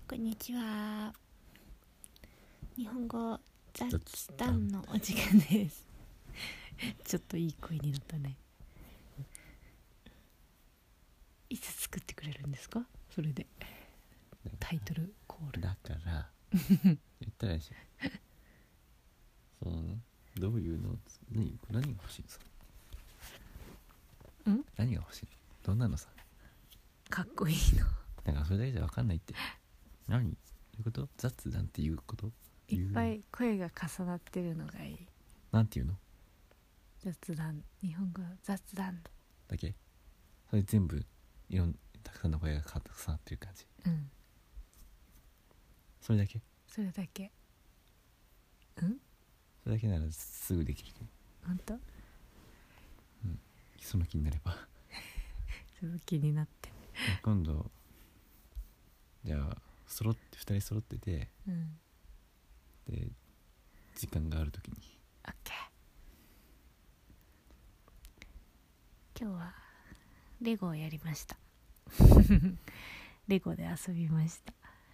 こんにちは。日本語雑談のお時間ですちょっといい声になったね。いつ作ってくれるんですか？それでタイトルコールだから言ったらいいしそのね、どういうの何が欲しいのさ。何が欲しいの？どんなのさ。 かっこいいの。 だからそれだけじゃ分かんないって。何？どういうこと？雑談っていうこと？ いっぱい声が重なってるのがいい。 なんていうの？ 雑談、日本語雑談だけ？それ全部たくさんの声が重なってる感じ。それだけ？ それだけ。 それだけならすぐできる。 本当？ その気になればその気になって今度じゃあ2人揃ってて、で時間があるときに OK。 今日はレゴをやりましたレゴで遊びました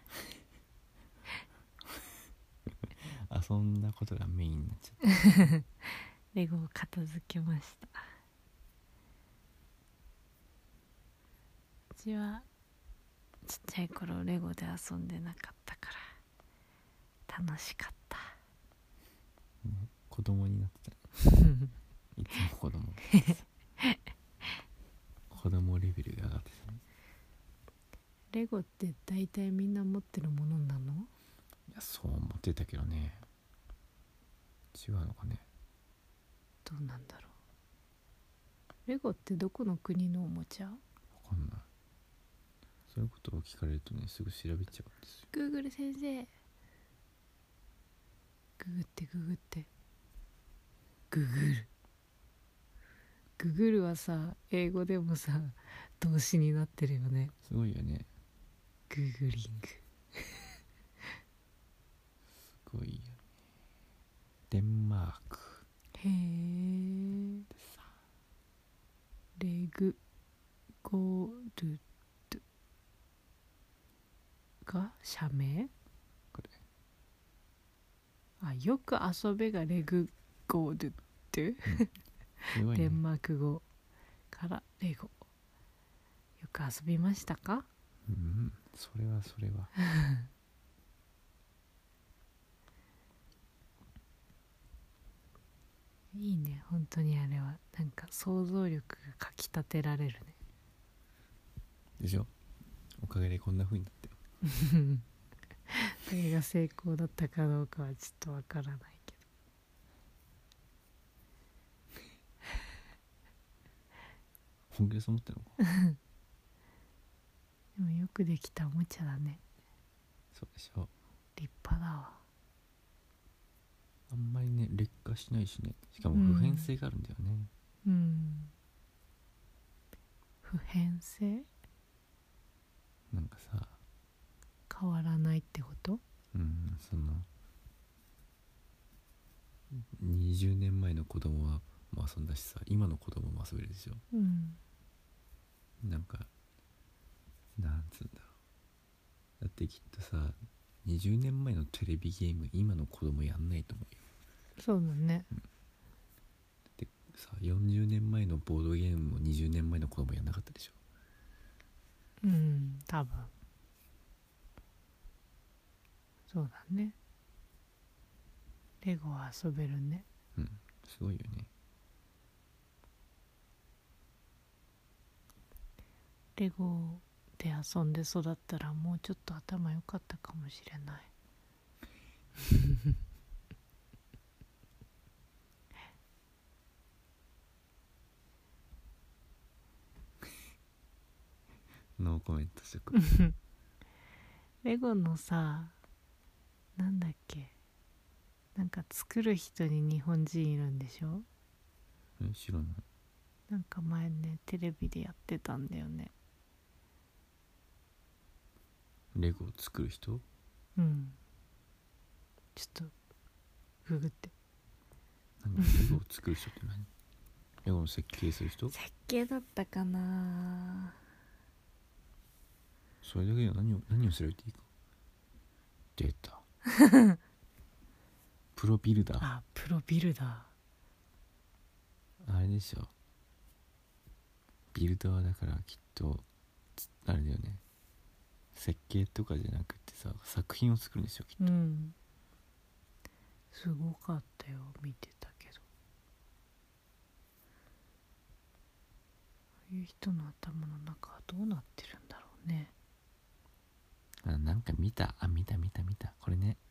遊んだことがメインになっちゃったレゴを片付けました。うちはちっちゃい頃レゴで遊んでなかったから楽しかった、 子供になってたいつも子供子供レベルが上がってたね。 レゴって大体みんな持ってるものなの？ いや、そう思ってたけどね。違うのかね。 どうなんだろう。レゴってどこの国のおもちゃ？ わかんない。そういうことを聞かれるとね、すぐ調べちゃうんですよ。 Google 先生、ググルはさ、英語でもさ動詞になってるよね。 すごいよね。 グーグリングすごいよね。デンマークへえ。レグゴルドが社名？ これ。 あ、よく遊べがレグゴルド、 すごいね。 デンマーク語からレゴ。よく遊びましたか？ それはいいね、本当にあれはなんか想像力がかきたてられるねでしょ。おかげでこんな風になってるそれが成功だったかどうかはちょっとわからないけど本気でそう思ってるのかでもよくできたおもちゃだね。 そうでしょ。 立派だわ。 あんまりね劣化しないしね。しかも普遍性があるんだよね。 普遍性？ なんかさ、 変わらないってこと？ その20年前の子供はもう遊んだしさ、今の子供も遊べるでしょ。なんかなんつうんだろう。だってきっとさ、20年前のテレビゲーム今の子供やんないと思うよ。 そうだね。 でさ、40年前のボードゲームも20年前の子供やんなかったでしょ。 多分そうだね。レゴは遊べるね。 すごいよね。 レゴで遊んで育ったらもうちょっと頭良かったかもしれないノーコメントしとくレゴのさ、なんだっけ、なんか作る人に日本人いるんでしょ？ 知らない。 なんか前ねテレビでやってたんだよね。 レゴを作る人？ ちょっとググって。 レゴを作る人って何？レゴの設計する人？ 設計だったかな。 それだけで何をすればいいか。 出たプロビルダー。 あ、プロビルダあれでしょ、ビルダーだからきっとあれだよね、設計とかじゃなくてさ、作品を作るんでしょきっと。 ー。うん。すごかったよ、見てたけど。ああいう人の頭の中はどうなってるんだろうね。 なんか見たこれね。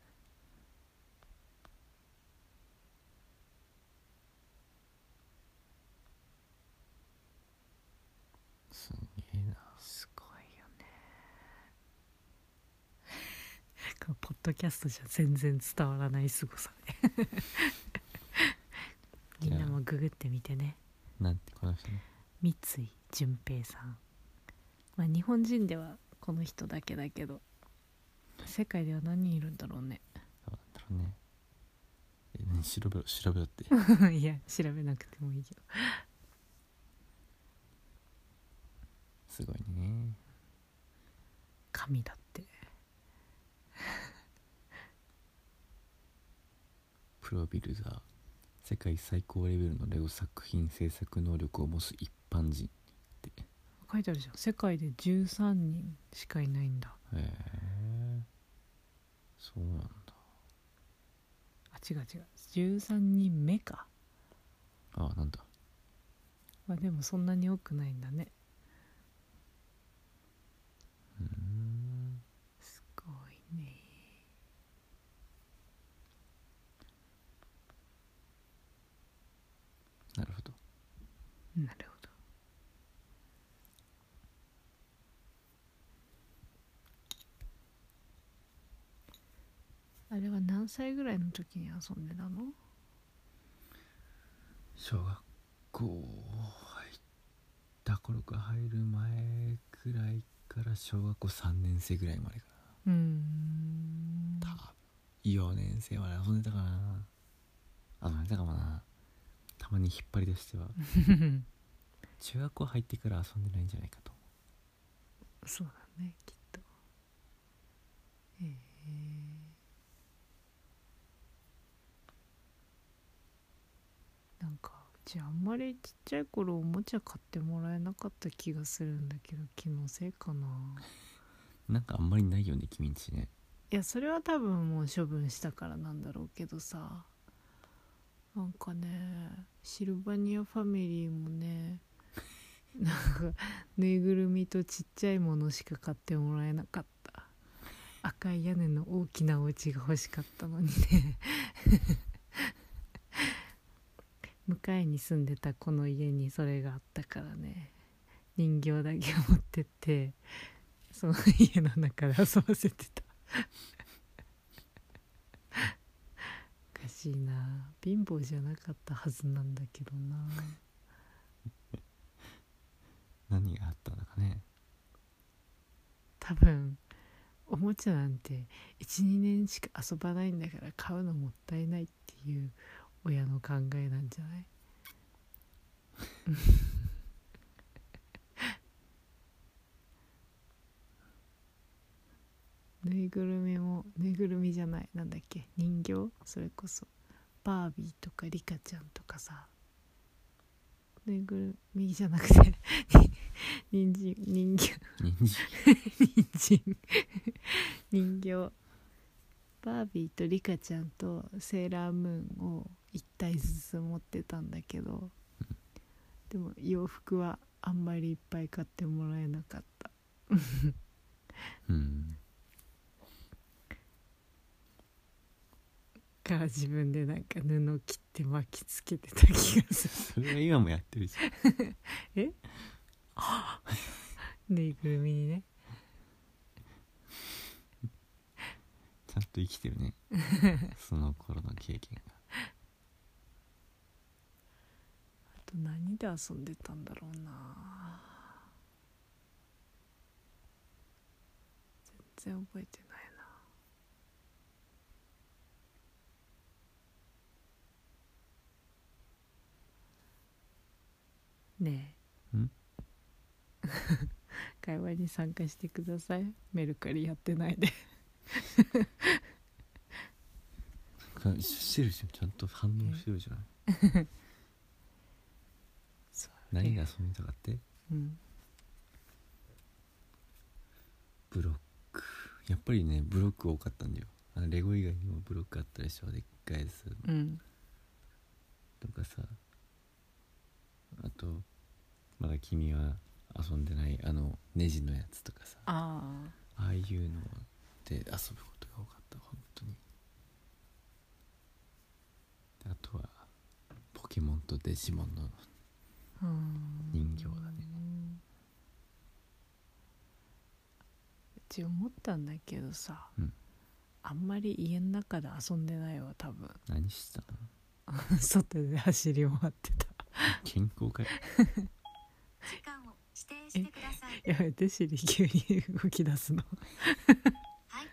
すげえな。 すごいよね。このポッドキャストじゃ全然伝わらないすごさねみんなもググってみてね。 なんてこの人ね、 三井純平さん。まあ日本人ではこの人だけだけど、世界では何人いるんだろうね。 どうなんだろうね。調べろっていや調べなくてもいいよ。 すごいね。 神だって。 プロビルダー、世界最高レベルのレゴ作品制作能力を持つ一般人って書いてあるじゃん。世界で13人しかいないんだ。 へえ、そうなんだ。 あ、違う13人目か。 あ、なんだ。 まあでもそんなに多くないんだね。すごいね。 なるほど。 なるほど。あれは何歳ぐらいの時に遊んでたの？ 小学校入った頃か入る前くらいから小学校3年生ぐらいまでかな。多分4年生まで遊んでたかな。遊んでたかもな。たまに引っ張り出しては中学校入ってから遊んでないんじゃないかと。 そうだね、きっと。なんかうちあんまりちっちゃい頃おもちゃ買ってもらえなかった気がするんだけど、気のせいかな。 なんかあんまりないよね君んちね。 いやそれは多分もう処分したからなんだろうけどさ、なんかね、シルバニアファミリーもね、なんかぬいぐるみとちっちゃいものしか買ってもらえなかった。赤い屋根の大きなお家が欲しかったのにね向かいに住んでた子の家にそれがあったからね、人形だけ持ってってその家の中で遊ばせてたおかしいな。貧乏じゃなかったはずなんだけどな。 何があったのかね。 多分おもちゃなんて 1,2 年しか遊ばないんだから買うのもったいないっていう親の考えなんじゃないぬいぐるみもぬいぐるみじゃない、なんだっけ、人形、それこそバービーとかリカちゃんとかさ、ぬいぐるみじゃなくて人形人形バービーとリカちゃんとセーラームーンを1体ずつ持ってたんだけど、でも洋服はあんまりいっぱい買ってもらえなかったから自分でなんか布切って巻きつけてた気がするそれは今もやってるじゃんえぬいぐるみにねちゃんと生きてるねその頃の経験が。 あと何で遊んでたんだろうな、全然覚えてないな。ねえ会話に参加してください。メルカリやってないでしてるじゃん、ちゃんと反応してるじゃない何が遊んでたかって、 うん、 ブロック。やっぱりねブロック多かったんだよ。レゴ以外にもブロックあったでしょ、でっかいやつ、 うん、 とかさ、あとまだ君は遊んでないネジのやつとかさ、 ああいうので遊ぶことが多かった本当に。であとはポケモンとデジモンの人形だね。 うち思ったんだけどさ、 うん、 あんまり家の中で遊んでないわ多分。 何してたの？ 外で走り回ってた。 健康かよ。 時間を指定してください。 やめて、シリ急に動き出すのはい。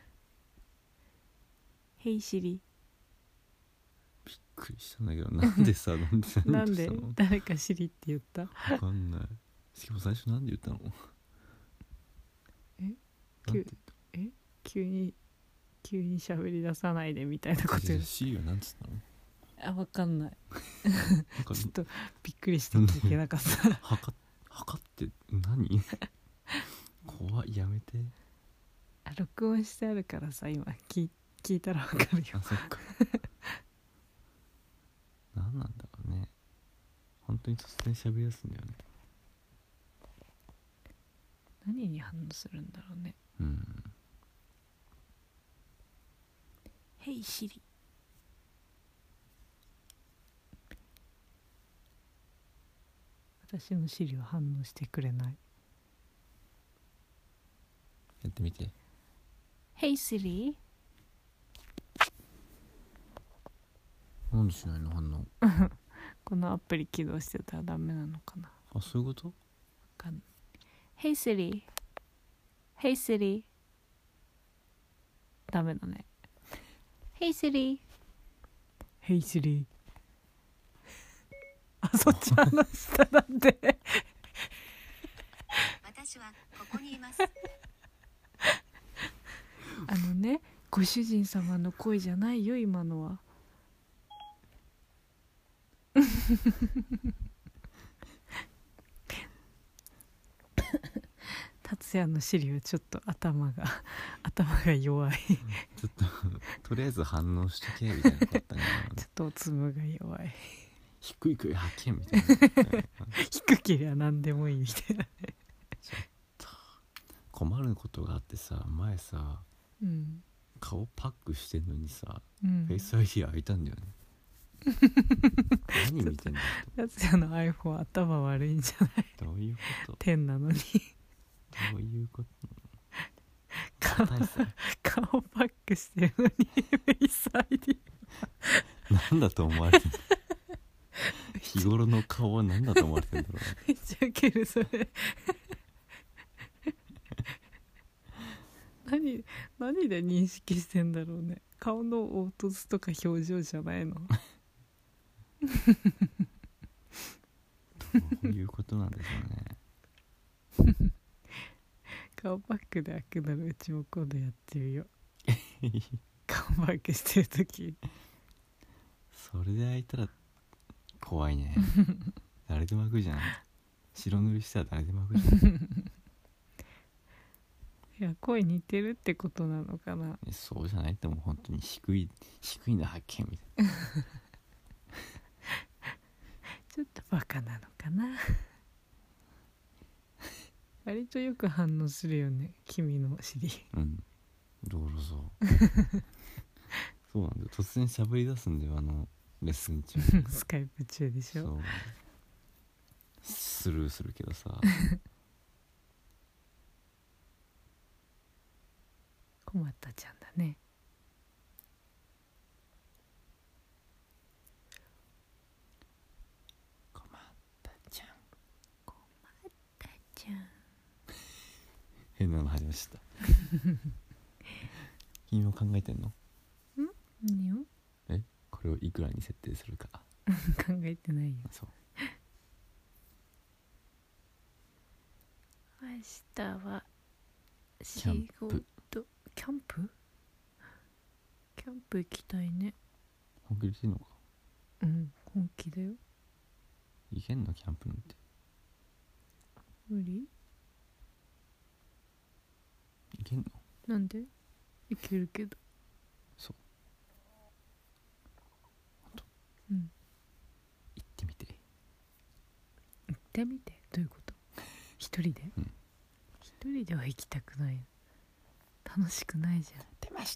ヘイシリ。 びっくりしたんだけど、なんでさ、なんでなんでしたの？ 誰かシリって言った？ わかんない。しかも最初なんで言ったの？ えなんて言っ急に喋り出さないでみたいなた？ こと言う。 シリはなんつったの？ あ、わかんない。 なんかちょっとびっくりして聞けなかった測って何？怖い、やめて。 あ、録音してあるからさ、今聞いたらわかるよ。 あ、そっか。何なんだろうね。本当に突然喋り出すんだよね。 何に反応するんだろうね。 うん。 ヘイシリ。私のシリは反応してくれない。 やってみて。 ヘイシリ。 なんでしないの反応？ このアプリ起動してたらダメなのかな。 あ、そういうこと？ わかんない。ヘイシリ。ヘイシリ。ダメだね。ヘイシリ。ヘイシリ。あ、そっち話しただって私はここにいます。 ご主人様の声じゃないよ今のは達也のシリはちょっと頭が弱いちょっととりあえず反応しとけみたいなことあったね。 ちょっとおつむが弱い。 低い声発見みたいな。 低けりゃ何でもいいみたいな。 ちょっと困ることがあってさ、前さ、 うん、 顔パックしてんのにさ、 うん、 フェイス ID 開いたんだよね。何見てんだと。 達也の iPhone 頭悪いんじゃない？ どういうこと？ 天なのにどういうこと？ 顔パックしてるのにフェイス ID なんだと思われてんだ。日頃の顔は何だと思われてんだろう。 めっちゃウケるそれ何で認識してんだろうね。顔の凹凸とか表情じゃないの？ どういうことなんでしょうね。 顔パックで開くならうちも今度やってみよう顔パックしてる時それで開いたら怖いね。誰でも開くじゃん。白塗りしたら誰でも開くじゃん。 いや声似てるってことなのかな。 そうじゃないってもう本当に低いの発見みたいな。 ちょっとバカなのかな割とよく反応するよね君の尻。 うん道路そうなんだよ。突然喋り出すんだよ、レッスン中。 スカイプ中でしょ。 そうスルーするけどさ。 困ったちゃんだね。 困ったちゃん変なの始めちゃった君も考えてんの？ 何をこれをいくらに設定するか。 考えてないよ。 そう明日はキャンプキャンププ行きたいね。 本気で言ってんのか。 うん本気だよ。 行けんのキャンプなんて。 無理。 行けんの。 なんで。行けるけど。 そう。ほんと。 うん行ってみて。 行ってみて。どういうこと。一人で、 うん、 一人では行きたくない。楽しくないじゃん。 出ました。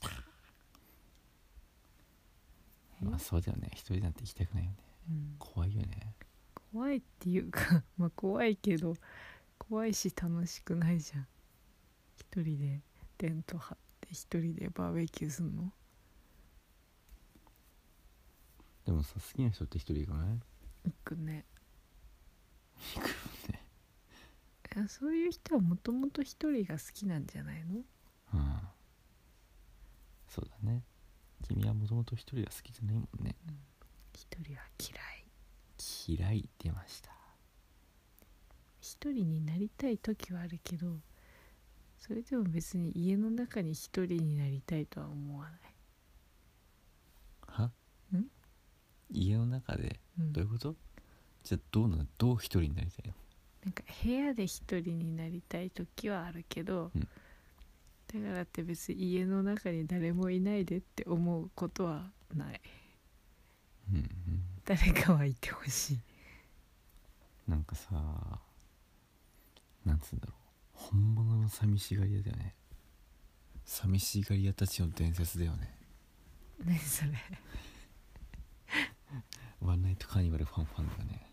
まあそうだよね、一人なんて行きたくないよね、 うん、 怖いよね。 怖いっていうかまあ怖いけど、怖いし楽しくないじゃん。一人でテント張って一人でバーベキューすんの。 でもさ、好きな人って一人行かない？ 行くね。 行くよね。 いやそういう人はもともと一人が好きなんじゃないの。 うん、そうだね。君はもともと一人が好きじゃないもんね。 一人は嫌い。 嫌い出ました。 一人になりたい時はあるけど、それでも別に家の中に一人になりたいとは思わない。 は？ ん？ 家の中で、どういうこと？じゃあどう一人になりたいの？ なんか部屋で一人になりたい時はあるけど、 うん、 だからって別に家の中に誰もいないでって思うことはない。 うんうん、 誰かはいてほしい。 なんかさ、なんつうんだろう、本物の寂しがり屋だよね。寂しがり屋たちの伝説だよね。 何それ。 ワンナイトカーニバルファンだね。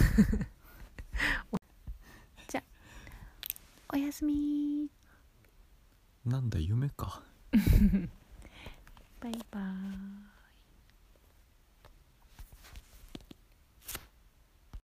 じゃおやすみ。 なんだ夢か。 バイバーイ。